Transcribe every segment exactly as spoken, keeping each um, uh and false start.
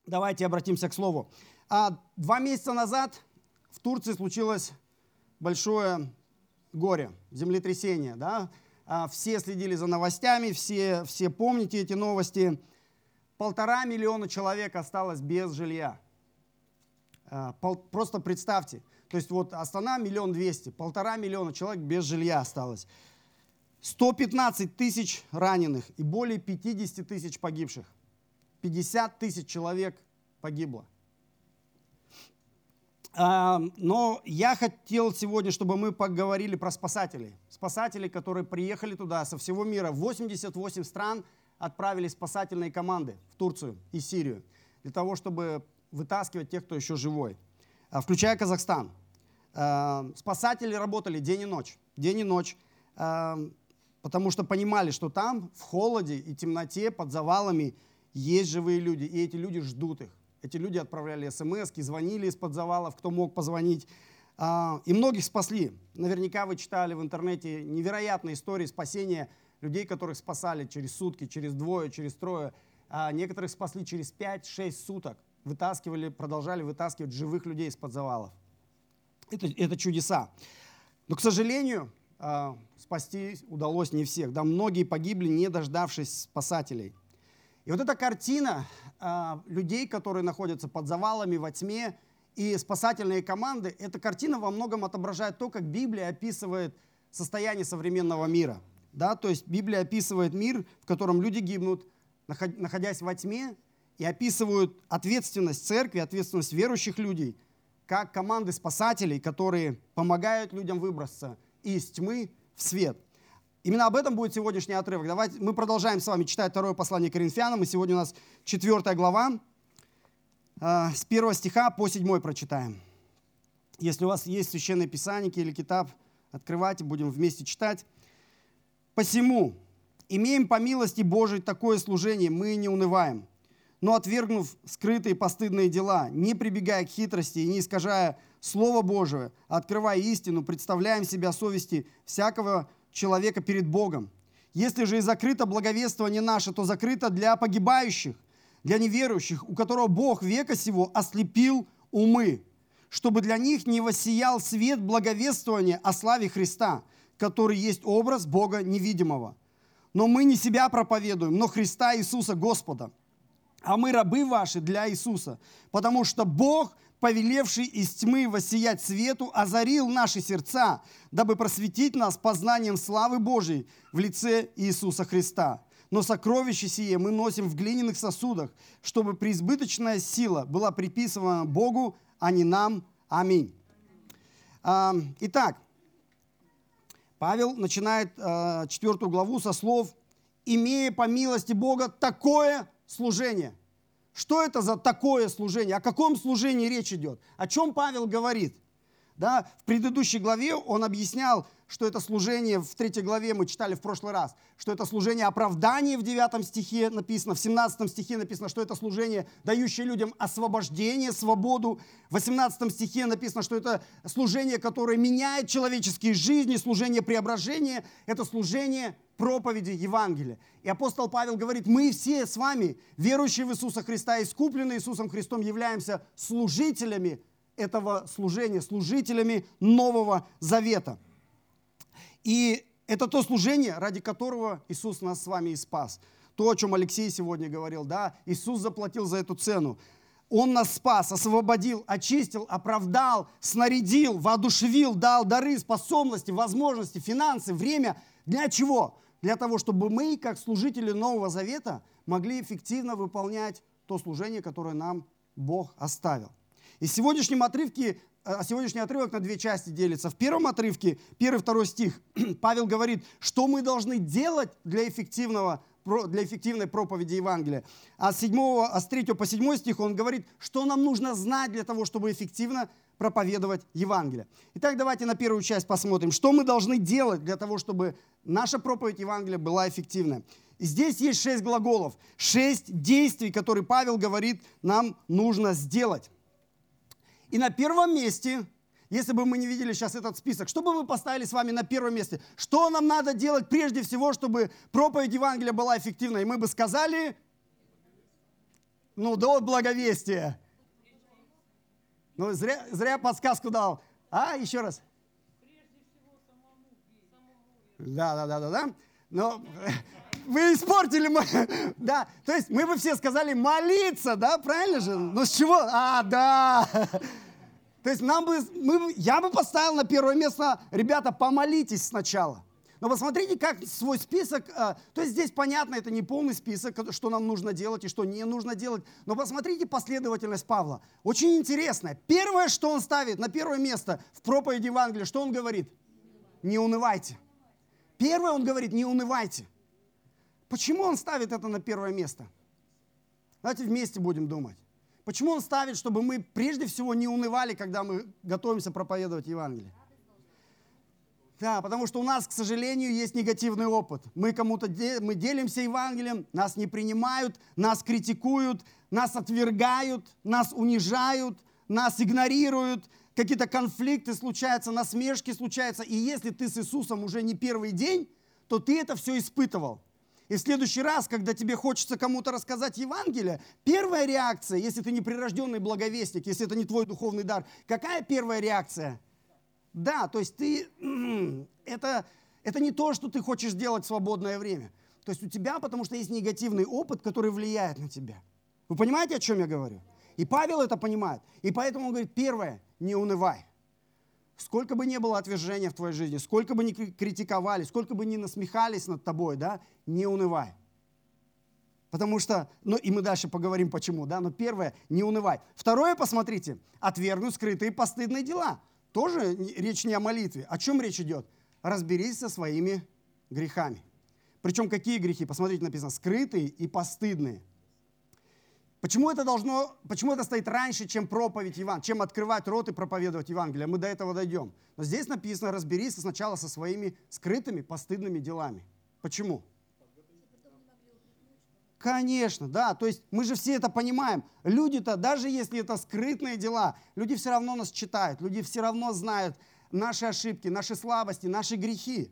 Давайте обратимся к слову. А, два месяца назад в Турции случилось большое горе, землетрясение. Да? А, все следили за новостями, все, все помните эти новости. Полтора миллиона человек осталось без жилья. А, пол, просто представьте. То есть вот Астана миллион двести, полтора миллиона человек без жилья осталось. сто пятнадцать тысяч раненых и более пятьдесят тысяч погибших. пятьдесят тысяч человек погибло. А, но я хотел сегодня, чтобы мы поговорили про спасателей. Спасателей, которые приехали туда со всего мира. В восемьдесят восемь стран отправили спасательные команды в Турцию и Сирию для того, чтобы вытаскивать тех, кто еще живой, включая Казахстан. А, спасатели работали день и ночь. День и ночь. А, потому что понимали, что там в холоде и темноте под завалами есть живые люди, и эти люди ждут их. Эти люди отправляли смски, звонили из-под завалов, кто мог позвонить. И многих спасли. Наверняка вы читали в интернете невероятные истории спасения людей, которых спасали через сутки, через двое, через трое. Некоторых спасли через пять-шесть суток. Вытаскивали, продолжали вытаскивать живых людей из-под завалов. Это, это чудеса. Но, к сожалению, спасти удалось не всех. Да, многие погибли, не дождавшись спасателей. И вот эта картина а, людей, которые находятся под завалами во тьме, и спасательные команды, эта картина во многом отображает то, как Библия описывает состояние современного мира. Да? То есть Библия описывает мир, в котором люди гибнут, находясь во тьме, и описывают ответственность церкви, ответственность верующих людей, как команды спасателей, которые помогают людям выбраться из тьмы в свет. Именно об этом будет сегодняшний отрывок. Давайте мы продолжаем с вами читать второе послание к Коринфянам. И сегодня у нас четвертая глава. Э, с первого стиха по седьмой прочитаем. Если у вас есть священное писание или китаб, открывайте, будем вместе читать. «Посему имеем по милости Божией такое служение, мы не унываем, но отвергнув скрытые постыдные дела, не прибегая к хитрости и не искажая Слово Божие, открывая истину, представляем себя совести всякого человека перед Богом. Если же и закрыто благовествование наше, то закрыто для погибающих, для неверующих, у которого Бог века сего ослепил умы, чтобы для них не воссиял свет благовествования о славе Христа, который есть образ Бога невидимого. Но мы не себя проповедуем, но Христа Иисуса Господа. А мы рабы ваши для Иисуса, потому что Бог, повелевший из тьмы воссиять свету, озарил наши сердца, дабы просветить нас познанием славы Божией в лице Иисуса Христа. Но сокровище сие мы носим в глиняных сосудах, чтобы преизбыточная сила была приписывана Богу, а не нам. Аминь». Итак, Павел начинает четвертую главу со слов «имея по милости Бога такое служение». Что это за такое служение? О каком служении речь идет? О чем Павел говорит? Да, в предыдущей главе он объяснял, что это служение, в третьей главе мы читали в прошлый раз, что это служение оправдания в девятом стихе написано, в семнадцатом стихе написано, что это служение, дающее людям освобождение, свободу. В восемнадцатом стихе написано, что это служение, которое меняет человеческие жизни, служение преображения, это служение проповеди Евангелия. И апостол Павел говорит, мы все с вами, верующие в Иисуса Христа, искупленные Иисусом Христом, являемся служителями этого служения, служителями Нового Завета. И это то служение, ради которого Иисус нас с вами и спас. То, о чем Алексей сегодня говорил, да, Иисус заплатил за эту цену. Он нас спас, освободил, очистил, оправдал, снарядил, воодушевил, дал дары, способности, возможности, финансы, время. Для чего? Для того, чтобы мы, как служители Нового Завета, могли эффективно выполнять то служение, которое нам Бог оставил. И в сегодняшнем отрывке, сегодняшний отрывок на две части делится. В первом отрывке, первый, второй стих, Павел говорит, что мы должны делать для, эффективного, для эффективной проповеди Евангелия. А с, седьмого, а с третьего по седьмой стих он говорит, что нам нужно знать для того, чтобы эффективно проповедовать Евангелие. Итак, давайте на первую часть посмотрим, что мы должны делать для того, чтобы наша проповедь Евангелия была эффективной. И здесь есть шесть глаголов, шесть действий, которые Павел говорит, нам нужно сделать. И на первом месте, если бы мы не видели сейчас этот список, что бы мы поставили с вами на первом месте? Что нам надо делать прежде всего, чтобы проповедь Евангелия была эффективной? И мы бы сказали, ну, до благовестия. Ну, зря, зря подсказку дал. А, еще раз. Да, да, да, да, да. Но вы испортили мы. Да, то есть мы бы все сказали молиться, да, правильно же? Ну с чего? А, да. То есть нам бы, мы, я бы поставил на первое место, ребята, помолитесь сначала. Но посмотрите, как свой список, то есть здесь понятно, это не полный список, что нам нужно делать и что не нужно делать, но посмотрите последовательность Павла. Очень интересная. Первое, что он ставит на первое место в проповеди Евангелия, что он говорит? Не унывайте. Первое он говорит, не унывайте. Почему он ставит это на первое место? Давайте вместе будем думать. Почему он ставит, чтобы мы прежде всего не унывали, когда мы готовимся проповедовать Евангелие? Да, потому что у нас, к сожалению, есть негативный опыт. Мы кому-то де, мы делимся Евангелием, нас не принимают, нас критикуют, нас отвергают, нас унижают, нас игнорируют, какие-то конфликты случаются, насмешки случаются. И если ты с Иисусом уже не первый день, то ты это все испытывал. И в следующий раз, когда тебе хочется кому-то рассказать Евангелие, первая реакция, если ты не прирожденный благовестник, если это не твой духовный дар, какая первая реакция? Да, то есть ты, это, это не то, что ты хочешь делать в свободное время. То есть у тебя, потому что есть негативный опыт, который влияет на тебя. Вы понимаете, о чем я говорю? И Павел это понимает. И поэтому он говорит, первое, не унывай. Сколько бы ни было отвержения в твоей жизни, сколько бы ни критиковали, сколько бы ни насмехались над тобой, да, не унывай. Потому что, ну и мы дальше поговорим почему, да, но первое, не унывай. Второе, посмотрите, отвергнуть скрытые постыдные дела. Тоже речь не о молитве. О чем речь идет? Разберись со своими грехами. Причем какие грехи? Посмотрите, написано, скрытые и постыдные. Почему это должно, почему это стоит раньше, чем проповедь Евангелия, чем открывать рот и проповедовать Евангелие? Мы до этого дойдем. Но здесь написано, разберись сначала со своими скрытыми постыдными делами. Почему? Конечно, да, то есть мы же все это понимаем. Люди-то, даже если это скрытные дела, люди все равно нас читают, люди все равно знают наши ошибки, наши слабости, наши грехи.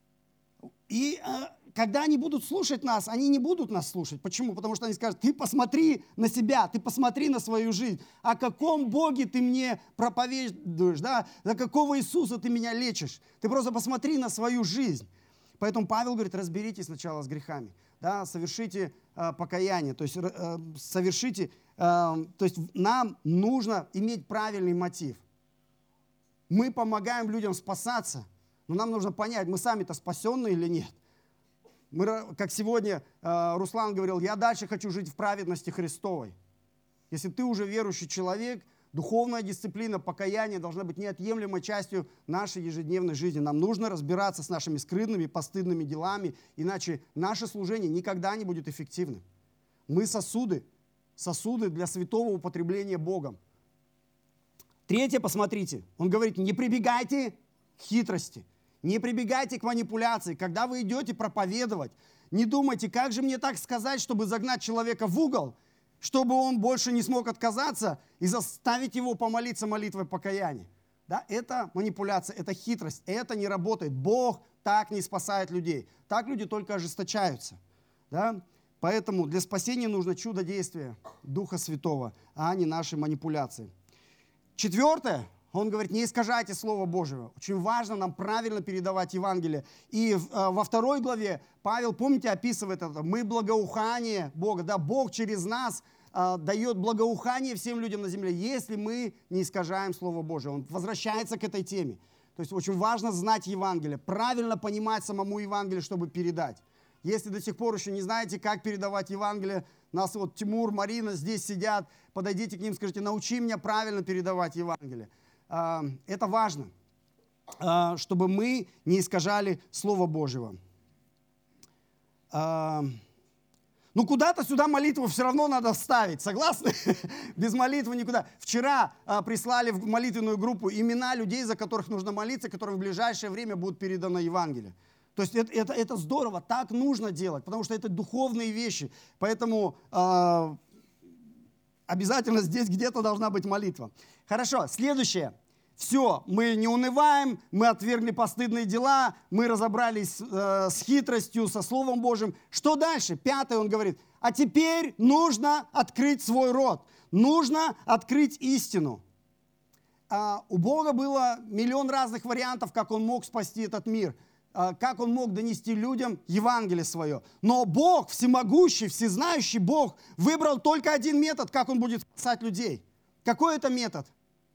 И э, когда они будут слушать нас, они не будут нас слушать. Почему? Потому что они скажут, ты посмотри на себя, ты посмотри на свою жизнь. О каком Боге ты мне проповедуешь, да? За какого Иисуса ты меня лечишь? Ты просто посмотри на свою жизнь. Поэтому Павел говорит, разберитесь сначала с грехами. Да, совершите э, покаяние, то есть э, совершите, э, то есть нам нужно иметь правильный мотив. Мы помогаем людям спасаться, но нам нужно понять, мы сами-то спасенные или нет. Мы, как сегодня э, Руслан говорил, я дальше хочу жить в праведности Христовой. Если ты уже верующий человек, духовная дисциплина, покаяние должна быть неотъемлемой частью нашей ежедневной жизни. Нам нужно разбираться с нашими скрытными, постыдными делами, иначе наше служение никогда не будет эффективным. Мы сосуды, сосуды для святого употребления Богом. Третье, посмотрите, он говорит, не прибегайте к хитрости, не прибегайте к манипуляции. Когда вы идете проповедовать, не думайте, как же мне так сказать, чтобы загнать человека в угол, чтобы он больше не смог отказаться и заставить его помолиться молитвой покаяния. Да, это манипуляция, это хитрость, это не работает. Бог так не спасает людей. Так люди только ожесточаются. Да? Поэтому для спасения нужно чудодействие Духа Святого, а не наши манипуляции. Четвертое, он говорит, не искажайте Слово Божьего. Очень важно нам правильно передавать Евангелие. И во второй главе Павел, помните, описывает это. Мы благоухание Бога. Да, Бог через нас э, дает благоухание всем людям на земле, если мы не искажаем Слово Божие. Он возвращается к этой теме. То есть очень важно знать Евангелие, правильно понимать самому Евангелие, чтобы передать. Если до сих пор еще не знаете, как передавать Евангелие, нас вот Тимур, Марина здесь сидят, подойдите к ним, скажите, научи меня правильно передавать Евангелие. Это важно, чтобы мы не искажали Слово Божьего. Ну, куда-то сюда молитву все равно надо вставить, согласны? Без молитвы никуда. Вчера прислали в молитвенную группу имена людей, за которых нужно молиться, которым в ближайшее время будет передано Евангелие. То есть это, это, это здорово, так нужно делать, потому что это духовные вещи. Поэтому э, обязательно здесь где-то должна быть молитва. Хорошо, следующее. Все, мы не унываем, мы отвергли постыдные дела, мы разобрались э, с хитростью, со Словом Божьим. Что дальше? Пятое, он говорит, а теперь нужно открыть свой рот. Нужно открыть истину. А, у Бога было миллион разных вариантов, как Он мог спасти этот мир, а, как Он мог донести людям Евангелие свое. Но Бог, всемогущий, всезнающий Бог, выбрал только один метод, как Он будет спасать людей. Какой это метод?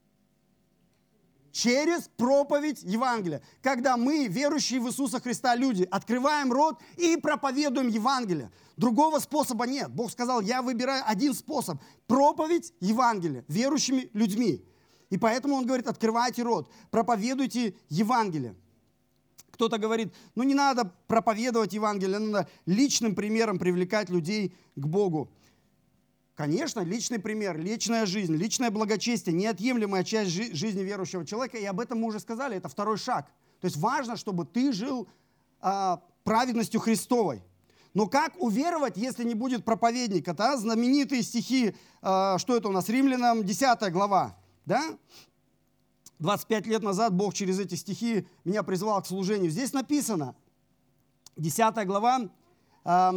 Через проповедь Евангелия. Когда мы, верующие в Иисуса Христа люди, открываем рот и проповедуем Евангелие. Другого способа нет. Бог сказал, я выбираю один способ. Проповедь Евангелия верующими людьми. И поэтому Он говорит, открывайте рот, проповедуйте Евангелие. Кто-то говорит, ну не надо проповедовать Евангелие, надо личным примером привлекать людей к Богу. Конечно, личный пример, личная жизнь, личное благочестие, неотъемлемая часть жи- жизни верующего человека, и об этом мы уже сказали, это второй шаг. То есть важно, чтобы ты жил а, праведностью Христовой. Но как уверовать, если не будет проповедника? Да? Знаменитые стихи, а, что это у нас, Римлянам десятая глава. Да? двадцать пять лет назад Бог через эти стихи меня призвал к служению. Здесь написано, десятая глава, а,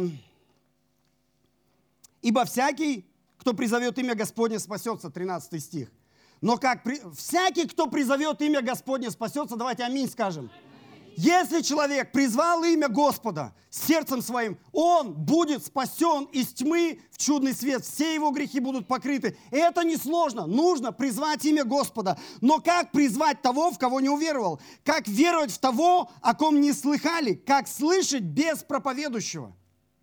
«Ибо всякий, кто призовет имя Господне, спасется», тринадцатый стих. Но как при... всякий, кто призовет имя Господне, спасется, давайте аминь скажем. Если человек призвал имя Господа сердцем своим, он будет спасен из тьмы в чудный свет. Все его грехи будут покрыты. И это несложно. Нужно призвать имя Господа. Но как призвать того, в кого не уверовал? Как веровать в того, о ком не слыхали? Как слышать без проповедующего?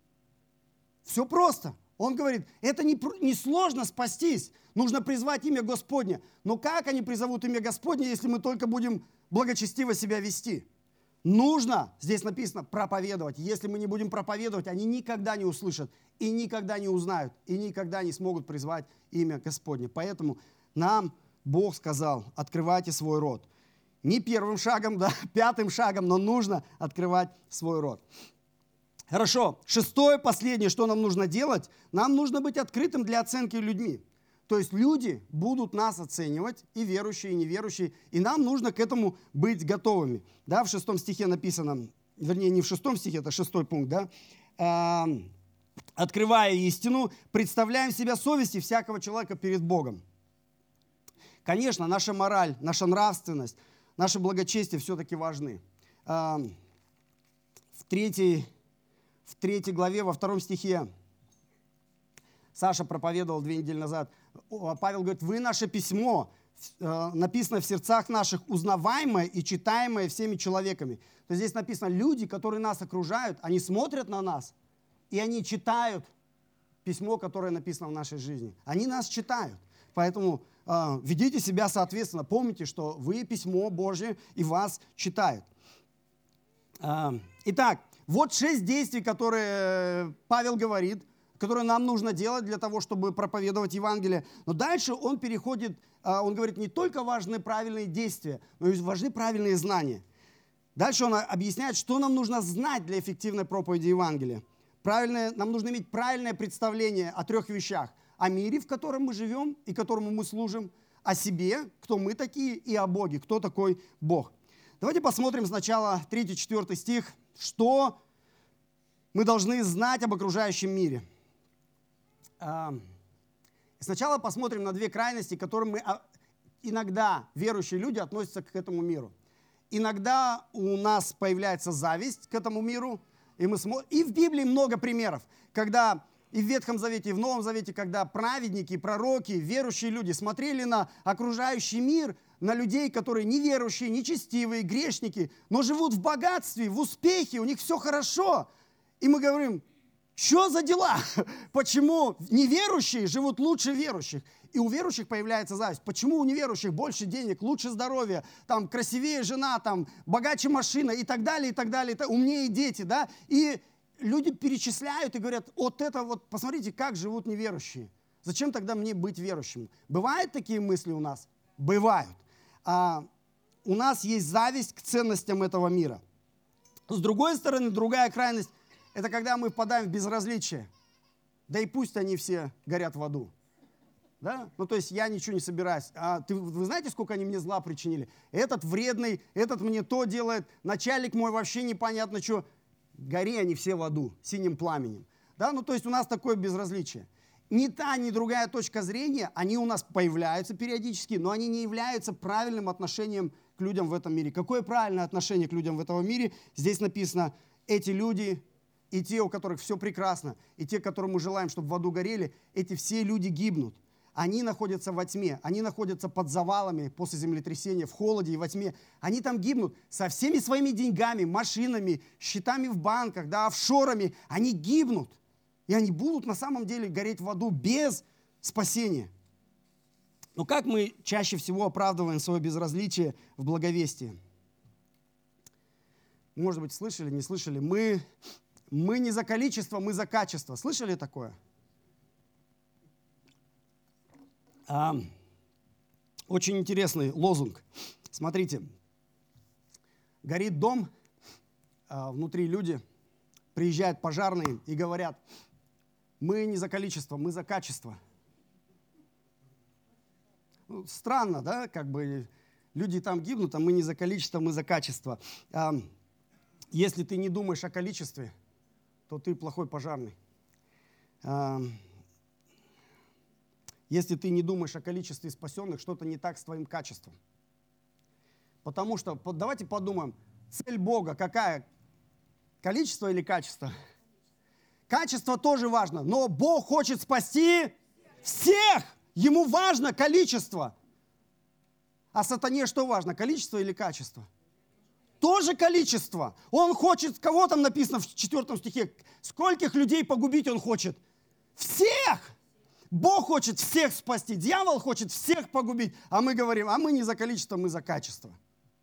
Все просто. Он говорит, это не, не сложно спастись. Нужно призвать имя Господне. Но как они призовут имя Господне, если мы только будем благочестиво себя вести? Нужно, здесь написано, проповедовать. Если мы не будем проповедовать, они никогда не услышат, и никогда не узнают, и никогда не смогут призвать имя Господне. Поэтому нам Бог сказал, открывайте свой рот. Не первым шагом, да, пятым шагом, но нужно открывать свой рот. Хорошо, шестое, последнее, что нам нужно делать, нам нужно быть открытым для оценки людьми. То есть люди будут нас оценивать, и верующие, и неверующие, и нам нужно к этому быть готовыми. Да, в шестом стихе написано, вернее, не в шестом стихе, это шестой пункт, да, а, «Открывая истину, представляем себя совести всякого человека перед Богом». Конечно, наша мораль, наша нравственность, наше благочестие все-таки важны. А, в третьей, в третьей главе, во втором стихе, Саша проповедовал две недели назад, Павел говорит, вы наше письмо, написано в сердцах наших, узнаваемое и читаемое всеми человеками. То есть здесь написано, люди, которые нас окружают, они смотрят на нас, и они читают письмо, которое написано в нашей жизни. Они нас читают. Поэтому э, ведите себя соответственно. Помните, что вы письмо Божье, и вас читают. Э, итак, вот шесть действий, которые Павел говорит, которые нам нужно делать для того, чтобы проповедовать Евангелие. Но дальше он переходит, он говорит, не только важны правильные действия, но и важны правильные знания. Дальше он объясняет, что нам нужно знать для эффективной проповеди Евангелия. Правильное, нам нужно иметь правильное представление о трех вещах. О мире, в котором мы живем и которому мы служим, о себе, кто мы такие, и о Боге, кто такой Бог. Давайте посмотрим сначала третий-четвёртый стих, что мы должны знать об окружающем мире. Сначала посмотрим на две крайности, к которым мы иногда, верующие люди, относятся к этому миру. Иногда у нас появляется зависть к этому миру, и, мы смо... и в Библии много примеров, когда и в Ветхом Завете, и в Новом Завете, когда праведники, пророки, верующие люди смотрели на окружающий мир, на людей, которые неверующие, нечестивые, грешники, но живут в богатстве, в успехе, у них все хорошо. И мы говорим, что за дела? Почему неверующие живут лучше верующих? И у верующих появляется зависть. Почему у неверующих больше денег, лучше здоровья, там, красивее жена, там, богаче машина и так далее, и так далее, и так, умнее дети, да? И люди перечисляют и говорят, вот это вот, посмотрите, как живут неверующие. Зачем тогда мне быть верующим? Бывают такие мысли у нас? Бывают. А, у нас есть зависть к ценностям этого мира. С другой стороны, другая крайность, это когда мы впадаем в безразличие. Да и пусть они все горят в аду. Да? Ну, то есть я ничего не собираюсь. А ты, вы знаете, сколько они мне зла причинили? Этот вредный, этот мне то делает, начальник мой вообще непонятно что. Гори они все в аду, синим пламенем. Да? Ну, то есть у нас такое безразличие. Ни та, ни другая точка зрения, они у нас появляются периодически, но они не являются правильным отношением к людям в этом мире. Какое правильное отношение к людям в этом мире? Здесь написано, эти люди, и те, у которых все прекрасно, и те, которым мы желаем, чтобы в аду горели, эти все люди гибнут. Они находятся во тьме, они находятся под завалами после землетрясения, в холоде и во тьме. Они там гибнут со всеми своими деньгами, машинами, счетами в банках, да, офшорами. Они гибнут. И они будут на самом деле гореть в аду без спасения. Но как мы чаще всего оправдываем свое безразличие в благовестии? Может быть, слышали, не слышали? Мы, мы не за количество, мы за качество. Слышали такое? А, очень интересный лозунг. Смотрите, горит дом, а внутри люди, приезжают пожарные и говорят, мы не за количество, мы за качество. Ну, странно, да, как бы люди там гибнут, а мы не за количество, мы за качество. А, если ты не думаешь о количестве, то ты плохой пожарный. А, Если ты не думаешь о количестве спасенных, что-то не так с твоим качеством. Потому что, давайте подумаем, цель Бога какая? Количество или качество? Качество тоже важно, но Бог хочет спасти всех. Ему важно количество. А сатане что важно, количество или качество? Тоже количество. Он хочет, кого там написано в четвертом стихе? Скольких людей погубить он хочет? Всех! Бог хочет всех спасти, дьявол хочет всех погубить, а мы говорим, а мы не за количество, мы за качество.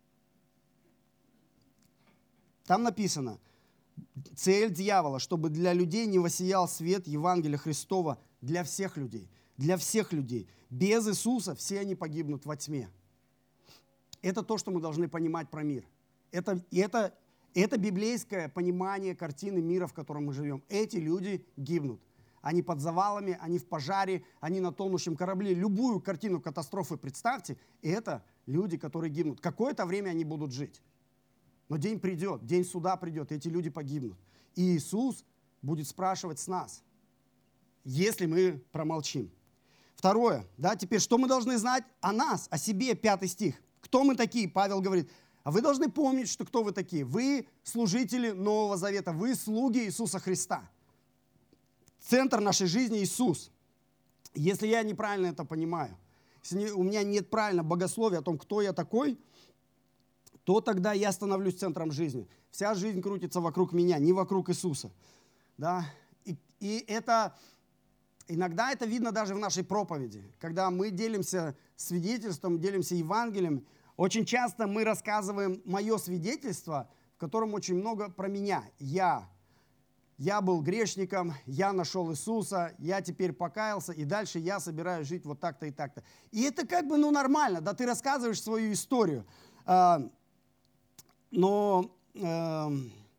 Там написано, цель дьявола, чтобы для людей не воссиял свет Евангелия Христова для всех людей, для всех людей. Без Иисуса все они погибнут во тьме. Это то, что мы должны понимать про мир. Это, это, это библейское понимание картины мира, в котором мы живем. Эти люди гибнут. Они под завалами, они в пожаре, они на тонущем корабле. Любую картину катастрофы представьте, и это люди, которые гибнут. Какое-то время они будут жить. Но день придет, день суда придет, и эти люди погибнут. И Иисус будет спрашивать с нас, если мы промолчим. Второе, да, теперь что мы должны знать о нас, о себе, пятый стих. Кто мы такие? Павел говорит, а вы должны помнить, что кто вы такие. Вы служители Нового Завета, вы слуги Иисуса Христа. Центр нашей жизни Иисус. Если я неправильно это понимаю, если у меня нет правильного богословия о том, кто я такой, то тогда я становлюсь центром жизни. Вся жизнь крутится вокруг меня, не вокруг Иисуса. Да? И, и это, иногда это видно даже в нашей проповеди. Когда мы делимся свидетельством, делимся Евангелием, очень часто мы рассказываем мое свидетельство, в котором очень много про меня. Я. Я был грешником, я нашел Иисуса, я теперь покаялся, и дальше я собираюсь жить вот так-то и так-то. И это как бы, ну, нормально, да, ты рассказываешь свою историю. А, но а,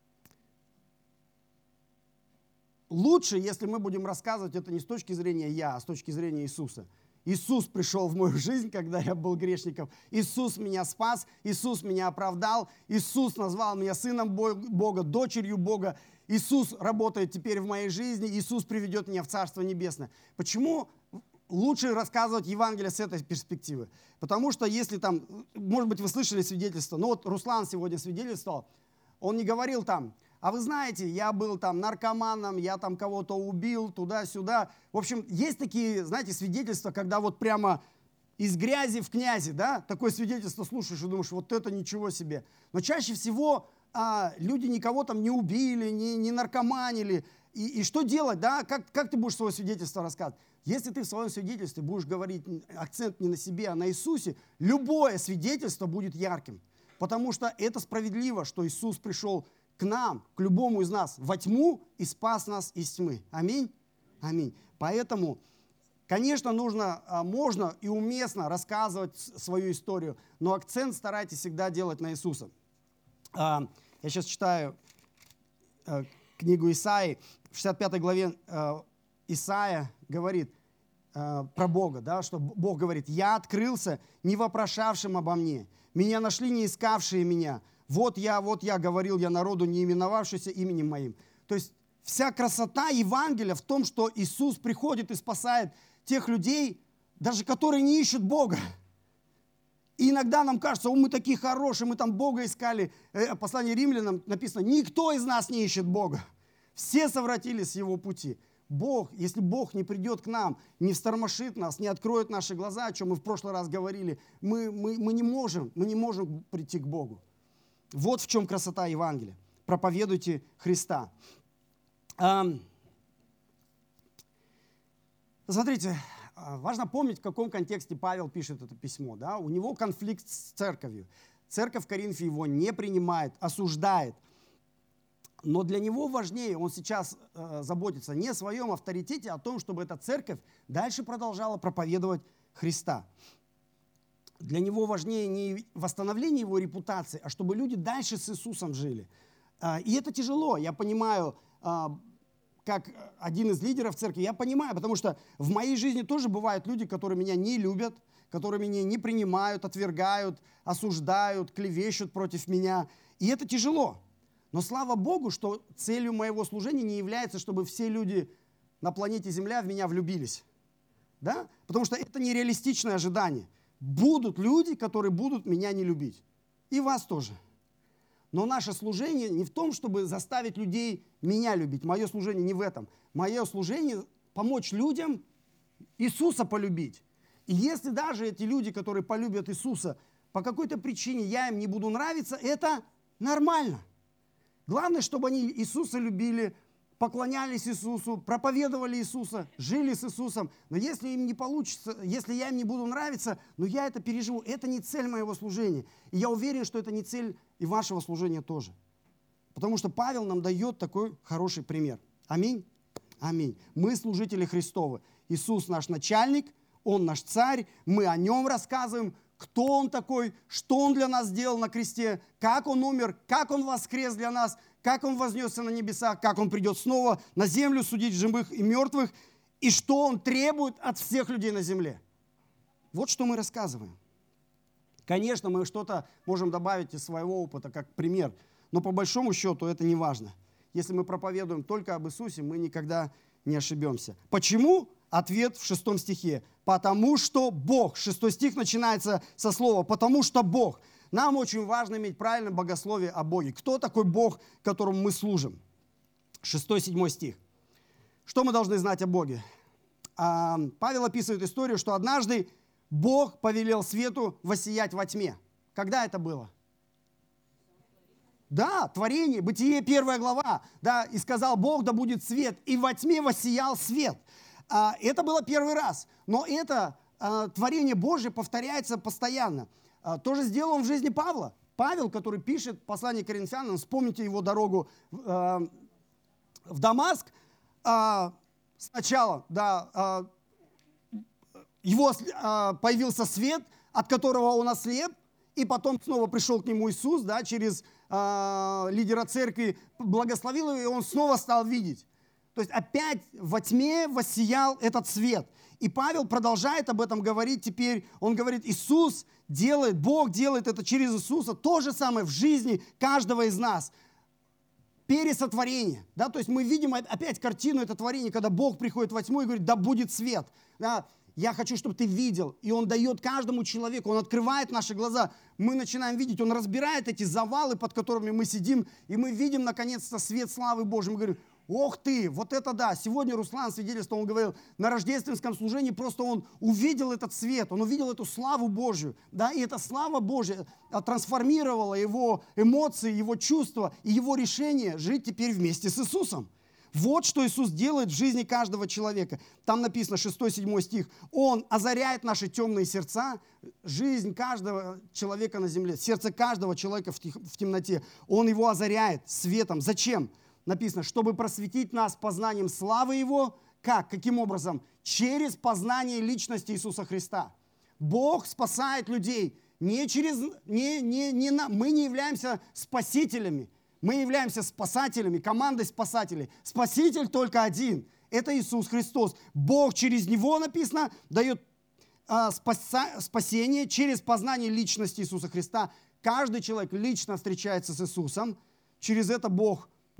лучше, если мы будем рассказывать это не с точки зрения я, а с точки зрения Иисуса. Иисус пришел в мою жизнь, когда я был грешником. Иисус меня спас, Иисус меня оправдал, Иисус назвал меня сыном Бога, дочерью Бога. Иисус работает теперь в моей жизни, Иисус приведет меня в Царство Небесное. Почему лучше рассказывать Евангелие с этой перспективы? Потому что если там, может быть, вы слышали свидетельство, но вот Руслан сегодня свидетельствовал, он не говорил там, а вы знаете, я был там наркоманом, я там кого-то убил, туда-сюда. В общем, есть такие, знаете, свидетельства, когда вот прямо из грязи в князи, да, такое свидетельство слушаешь и думаешь, вот это ничего себе. Но чаще всего а, люди никого там не убили, не, не наркоманили. И, и что делать, да? Как, как ты будешь свое свидетельство рассказывать? Если ты в своем свидетельстве будешь говорить акцент не на себе, а на Иисусе, любое свидетельство будет ярким. Потому что это справедливо, что Иисус пришел к нам, к любому из нас, во тьму и спас нас из тьмы. Аминь? Аминь. Поэтому, конечно, нужно, можно и уместно рассказывать свою историю, но акцент старайтесь всегда делать на Иисуса. Я сейчас читаю книгу Исаии. В шестьдесят пятой главе Исаия говорит про Бога, да, что Бог говорит, «Я открылся не вопрошавшим обо мне, меня нашли не искавшие меня. Вот я, вот я, говорил я народу, не именовавшийся именем моим». То есть вся красота Евангелия в том, что Иисус приходит и спасает тех людей, даже которые не ищут Бога. И иногда нам кажется, о, мы такие хорошие, мы там Бога искали. В послании Римлянам написано, никто из нас не ищет Бога. Все совратились с Его пути. Бог, если Бог не придет к нам, не встормошит нас, не откроет наши глаза, о чем мы в прошлый раз говорили, мы, мы, мы не можем, мы не можем прийти к Богу. Вот в чем красота Евангелия. Проповедуйте Христа. Смотрите, важно помнить, в каком контексте Павел пишет это письмо. Да? У него конфликт с церковью. Церковь в Коринфе его не принимает, осуждает. Но для него важнее, он сейчас э, заботится не о своем авторитете, а о том, чтобы эта церковь дальше продолжала проповедовать Христа. Для него важнее не восстановление его репутации, а чтобы люди дальше с Иисусом жили. Э, и это тяжело, я понимаю, э, как один из лидеров церкви, я понимаю, потому что в моей жизни тоже бывают люди, которые меня не любят, которые меня не принимают, отвергают, осуждают, клевещут против меня. И это тяжело. Но слава Богу, что целью моего служения не является, чтобы все люди на планете Земля в меня влюбились. Да? Потому что это нереалистичное ожидание. Будут люди, которые будут меня не любить. И вас тоже. Но наше служение не в том, чтобы заставить людей меня любить. Мое служение не в этом. Мое служение – помочь людям Иисуса полюбить. И если даже эти люди, которые полюбят Иисуса, по какой-то причине я им не буду нравиться, это нормально. Главное, чтобы они Иисуса любили, поклонялись Иисусу, проповедовали Иисуса, жили с Иисусом. Но если им не получится, если я им не буду нравиться, но я это переживу. Это не цель моего служения. И я уверен, что это не цель и вашего служения тоже. Потому что Павел нам дает такой хороший пример. Аминь? Аминь. Мы служители Христовы. Иисус наш начальник, Он наш царь, мы о Нем рассказываем, кто Он такой, что Он для нас сделал на кресте, как Он умер, как Он воскрес для нас, как Он вознесся на небеса, как Он придет снова на землю судить живых и мертвых, и что Он требует от всех людей на земле. Вот что мы рассказываем. Конечно, мы что-то можем добавить из своего опыта, как пример, но по большому счету это не важно. Если мы проповедуем только об Иисусе, мы никогда не ошибемся. Почему? Ответ в шестом стихе. Потому что Бог. Шестой стих начинается со слова «потому что Бог». Нам очень важно иметь правильное богословие о Боге. Кто такой Бог, которому мы служим? Шестой, седьмой стих. Что мы должны знать о Боге? Павел описывает историю, что однажды Бог повелел свету воссиять во тьме. Когда это было? Да, творение, Бытие, первая глава. Да, и сказал Бог, да будет свет. И во тьме воссиял свет. Это было первый раз. Но это творение Божие повторяется постоянно. То же сделал он в жизни Павла. Павел, который пишет послание к Коринфянам, вспомните его дорогу в Дамаск. Сначала, да, его появился свет, от которого он ослеп, и потом снова пришел к нему Иисус, да, через лидера церкви, благословил его, и он снова стал видеть. То есть опять во тьме воссиял этот свет. И Павел продолжает об этом говорить теперь. Он говорит, Иисус делает, Бог делает это через Иисуса. То же самое в жизни каждого из нас. Пересотворение. Да? То есть мы видим опять картину этого творения, когда Бог приходит во тьму и говорит, да будет свет. Да? Я хочу, чтобы ты видел. И Он дает каждому человеку, Он открывает наши глаза. Мы начинаем видеть, Он разбирает эти завалы, под которыми мы сидим, и мы видим, наконец-то, свет славы Божьей. Мы говорим, ох ты, вот это да. Сегодня Руслан свидетельствовал, он говорил, на рождественском служении просто он увидел этот свет, он увидел эту славу Божью. Да, и эта слава Божья трансформировала его эмоции, его чувства и его решение жить теперь вместе с Иисусом. Вот что Иисус делает в жизни каждого человека. Там написано шестой-седьмой стих. Он озаряет наши темные сердца, жизнь каждого человека на земле, сердце каждого человека в темноте. Он его озаряет светом. Зачем? Написано, чтобы просветить нас познанием славы Его. Как? Каким образом? Через познание личности Иисуса Христа. Бог спасает людей. Не через, не, не, не на, мы не являемся спасителями. Мы являемся спасателями, командой спасателей. Спаситель только один. Это Иисус Христос. Бог через Него, написано, дает а, спаса, спасение через познание личности Иисуса Христа. Каждый человек лично встречается с Иисусом. Через это Бог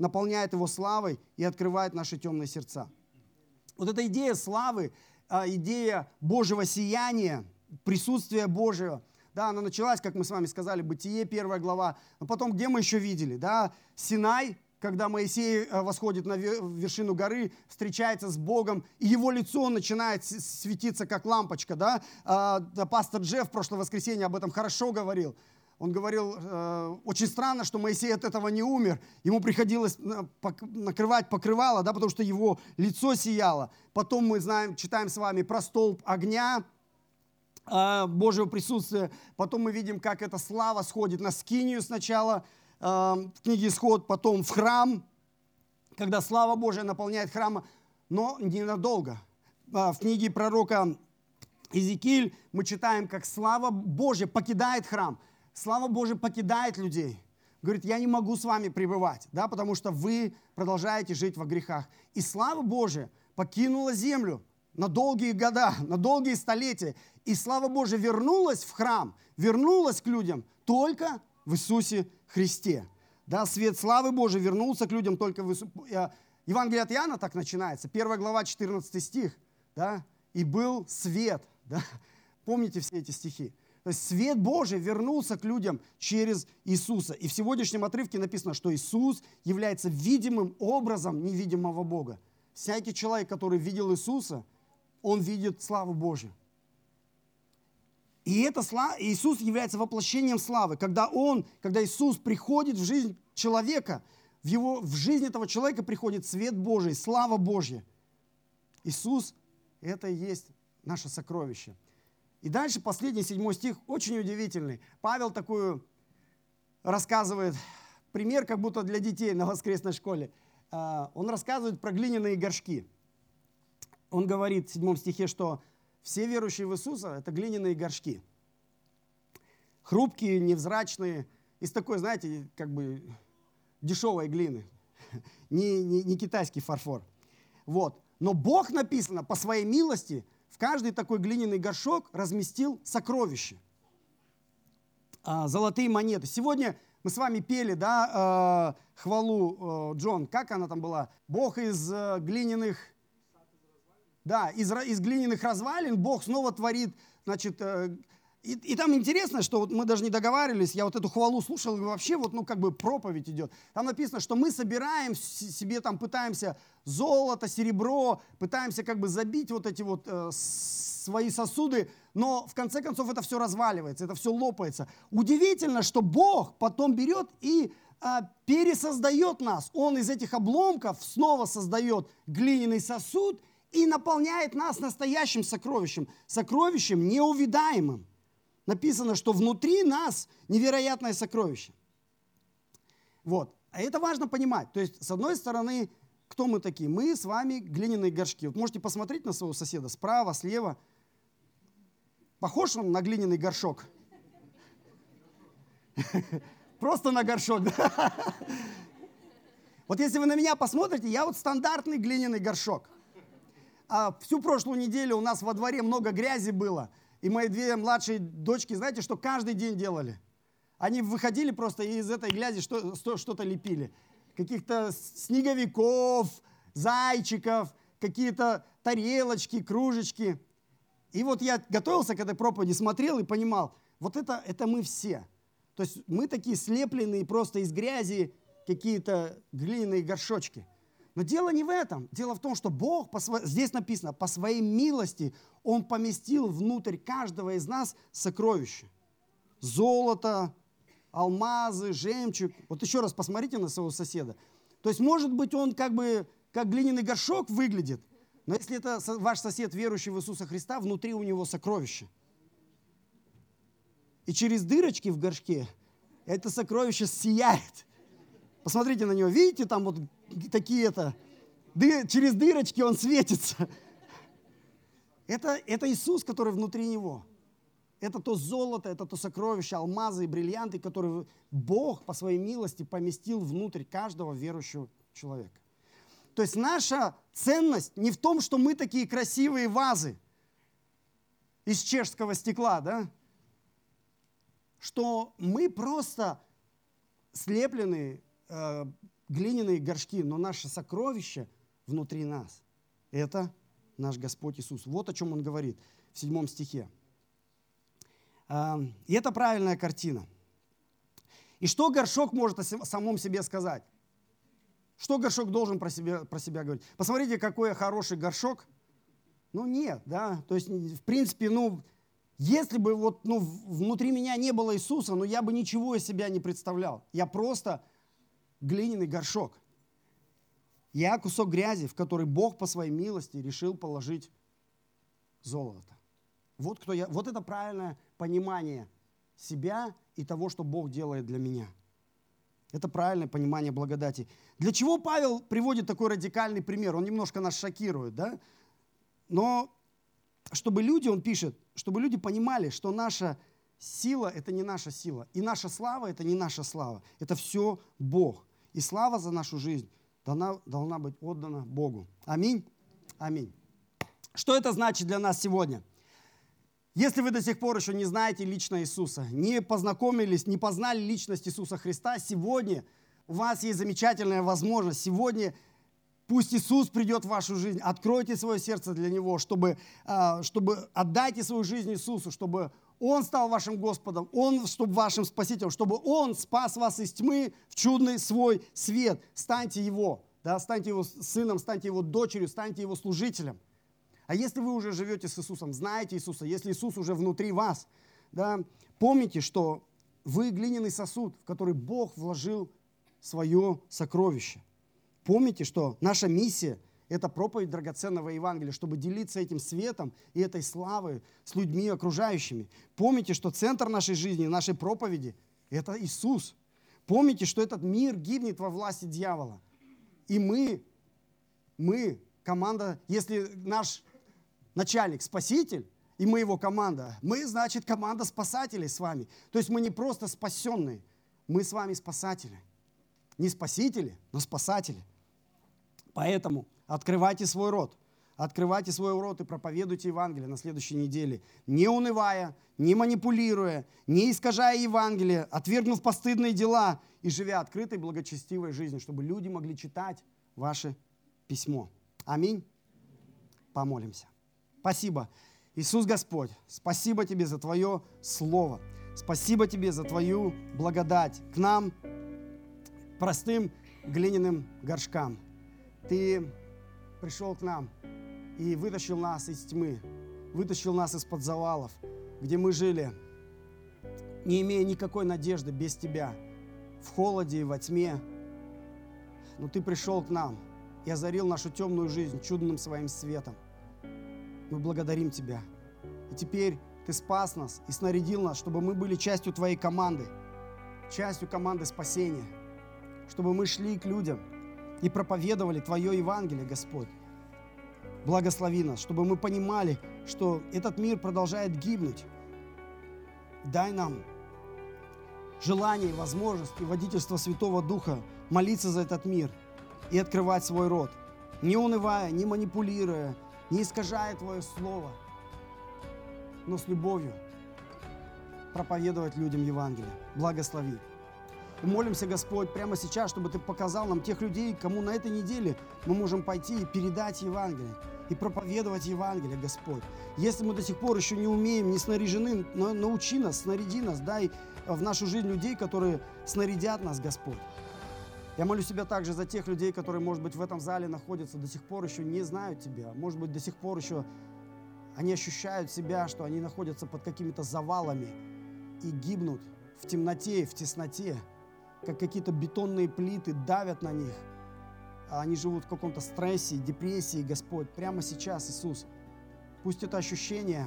наполняет его славой и открывает наши темные сердца. Вот эта идея славы, идея Божьего сияния, присутствия Божьего, да, она началась, как мы с вами сказали, Бытие, первая глава. Но потом, где мы еще видели? Да, Синай, когда Моисей восходит на вершину горы, встречается с Богом, и его лицо начинает светиться, как лампочка. Да? Пастор Джефф в прошлое воскресенье об этом хорошо говорил. Он говорил, очень странно, что Моисей от этого не умер. Ему приходилось накрывать покрывало, да, потому что его лицо сияло. Потом мы знаем, читаем с вами про столб огня, Божьего присутствия. Потом мы видим, как эта слава сходит на скинию сначала, в книге Исход, потом в храм, когда слава Божия наполняет храм, но ненадолго. В книге пророка Иезекииль мы читаем, как слава Божья покидает храм. Слава Божия покидает людей. Говорит, я не могу с вами пребывать, да, потому что вы продолжаете жить во грехах. И слава Божия покинула землю на долгие года, на долгие столетия. И слава Божия вернулась в храм, вернулась к людям только в Иисусе Христе. Да, свет славы Божией вернулся к людям только в Иисусе. Евангелие от Иоанна так начинается, первая глава, четырнадцатый стих. Да, и был свет. Да. Помните все эти стихи? То есть свет Божий вернулся к людям через Иисуса. И в сегодняшнем отрывке написано, что Иисус является видимым образом невидимого Бога. Всякий человек, который видел Иисуса, он видит славу Божью. И это слава, Иисус является воплощением славы. Когда Он, когда Иисус приходит в жизнь человека, в, его, в жизнь этого человека приходит свет Божий, слава Божья. Иисус – это и есть наше сокровище. И дальше последний, седьмой стих, очень удивительный. Павел такую рассказывает, пример как будто для детей на воскресной школе. Он рассказывает про глиняные горшки. Он говорит в седьмом стихе, что все верующие в Иисуса – это глиняные горшки. Хрупкие, невзрачные, из такой, знаете, как бы дешевой глины. Не, не, не китайский фарфор. Вот. Но Бог, написано, по своей милости в каждый такой глиняный горшок разместил сокровище. А, золотые монеты. Сегодня мы с вами пели, да, э, хвалу, э, Джон, как она там была? Бог из э, глиняных... Да, из, из глиняных развалин Бог снова творит, значит, э, и, и там интересно, что вот мы даже не договаривались, я вот эту хвалу слушал, и вообще вот, ну, как бы проповедь идет. Там написано, что мы собираем себе, там пытаемся золото, серебро, пытаемся как бы забить вот эти вот э, свои сосуды, но в конце концов это все разваливается, это все лопается. Удивительно, что Бог потом берет и э, пересоздает нас. Он из этих обломков снова создает глиняный сосуд, и наполняет нас настоящим сокровищем, сокровищем неувидаемым. Написано, что внутри нас невероятное сокровище. Вот. А это важно понимать. То есть, с одной стороны, кто мы такие? Мы с вами глиняные горшки. Вот можете посмотреть на своего соседа справа, слева. Похож он на глиняный горшок? Просто на горшок, да? Вот если вы на меня посмотрите, я вот стандартный глиняный горшок. А всю прошлую неделю у нас во дворе много грязи было. И мои две младшие дочки, знаете, что каждый день делали? Они выходили просто и из этой грязи что, что-то лепили. Каких-то снеговиков, зайчиков, какие-то тарелочки, кружечки. И вот я готовился к этой проповеди, смотрел и понимал, вот это, это мы все. То есть мы такие слепленные просто из грязи какие-то глиняные горшочки. Но дело не в этом. Дело в том, что Бог, по сво... здесь написано, по своей милости Он поместил внутрь каждого из нас сокровища. Золото, алмазы, жемчуг. Вот еще раз посмотрите на своего соседа. То есть, может быть, он как бы как глиняный горшок выглядит, но если это ваш сосед, верующий в Иисуса Христа, внутри у него сокровище. И через дырочки в горшке это сокровище сияет. Посмотрите на него. Видите, там вот такие-то, ды, через дырочки он светится. Это, это Иисус, который внутри него. Это то золото, это то сокровище, алмазы и бриллианты, которые Бог по своей милости поместил внутрь каждого верующего человека. То есть наша ценность не в том, что мы такие красивые вазы из чешского стекла, да? Что мы просто слепленные, э, глиняные горшки, но наше сокровище внутри нас. Это наш Господь Иисус. Вот о чем Он говорит в седьмом стихе. И это правильная картина. И что горшок может о самом себе сказать? Что горшок должен про себя, про себя говорить? Посмотрите, какой хороший горшок. Ну нет, да. То есть, в принципе, ну, если бы вот, ну, внутри меня не было Иисуса, ну, я бы ничего из себя не представлял. Я просто глиняный горшок. Я кусок грязи, в который Бог по своей милости решил положить золото. Вот, кто я, вот это правильное понимание себя и того, что Бог делает для меня. Это правильное понимание благодати. Для чего Павел приводит такой радикальный пример? Он немножко нас шокирует, да? Но чтобы люди, он пишет, чтобы люди понимали, что наша сила – это не наша сила, и наша слава – это не наша слава. Это все Бог. И слава за нашу жизнь должна, должна быть отдана Богу. Аминь. Аминь. Что это значит для нас сегодня? Если вы до сих пор еще не знаете лично Иисуса, не познакомились, не познали личность Иисуса Христа, сегодня у вас есть замечательная возможность. Сегодня пусть Иисус придет в вашу жизнь. Откройте свое сердце для Него, чтобы, чтобы отдайте свою жизнь Иисусу, чтобы Он стал вашим Господом, Он чтобы вашим Спасителем, чтобы Он спас вас из тьмы в чудный свой свет. Станьте Его, да, станьте Его сыном, станьте Его дочерью, станьте Его служителем. А если вы уже живете с Иисусом, знаете Иисуса, если Иисус уже внутри вас, да, помните, что вы глиняный сосуд, в который Бог вложил свое сокровище. Помните, что наша миссия – это проповедь драгоценного Евангелия, чтобы делиться этим светом и этой славой с людьми окружающими. Помните, что центр нашей жизни, нашей проповеди – это Иисус. Помните, что этот мир гибнет во власти дьявола. И мы, мы, команда, если наш начальник – спаситель, и мы его команда, мы, значит, команда спасателей с вами. То есть мы не просто спасенные, мы с вами спасатели. Не спасители, но спасатели. Поэтому открывайте свой рот. Открывайте свой рот и проповедуйте Евангелие на следующей неделе, не унывая, не манипулируя, не искажая Евангелие, отвергнув постыдные дела и живя открытой, благочестивой жизнью, чтобы люди могли читать ваше письмо. Аминь. Помолимся. Спасибо. Иисус Господь, спасибо Тебе за Твое Слово. Спасибо Тебе за Твою благодать к нам, простым глиняным горшкам. Ты пришел к нам и вытащил нас из тьмы, вытащил нас из-под завалов, где мы жили, не имея никакой надежды без Тебя, в холоде и во тьме. Но Ты пришел к нам и озарил нашу темную жизнь чудным своим светом. Мы благодарим Тебя. И теперь Ты спас нас и снарядил нас, чтобы мы были частью Твоей команды, частью команды спасения, чтобы мы шли к людям и проповедовали Твое Евангелие, Господь. Благослови нас, чтобы мы понимали, что этот мир продолжает гибнуть. Дай нам желание, возможность и водительство Святого Духа молиться за этот мир и открывать свой рот, не унывая, не манипулируя, не искажая Твое Слово, но с любовью проповедовать людям Евангелие. Благослови. И молимся, Господь, прямо сейчас, чтобы Ты показал нам тех людей, кому на этой неделе мы можем пойти и передать Евангелие, и проповедовать Евангелие, Господь. Если мы до сих пор еще не умеем, не снаряжены, но научи нас, снаряди нас, дай в нашу жизнь людей, которые снарядят нас, Господь. Я молю Тебя также за тех людей, которые, может быть, в этом зале находятся, до сих пор еще не знают Тебя. Может быть, до сих пор еще они ощущают себя, что они находятся под какими-то завалами и гибнут в темноте, в тесноте, как какие-то бетонные плиты давят на них. А они живут в каком-то стрессе, депрессии, Господь. Прямо сейчас, Иисус, пусть это ощущение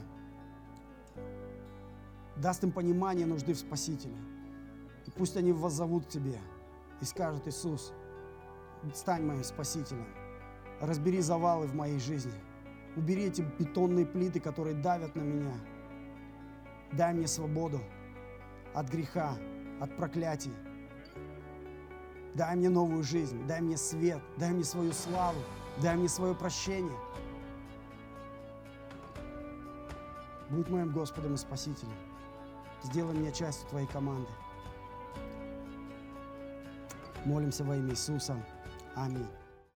даст им понимание нужды в Спасителе. И пусть они воззовут к Тебе и скажут: Иисус, стань моим Спасителем, разбери завалы в моей жизни, убери эти бетонные плиты, которые давят на меня, дай мне свободу от греха, от проклятий, дай мне новую жизнь, дай мне свет, дай мне свою славу, дай мне свое прощение. Будь моим Господом и Спасителем, сделай меня частью Твоей команды. Молимся во имя Иисуса. Аминь.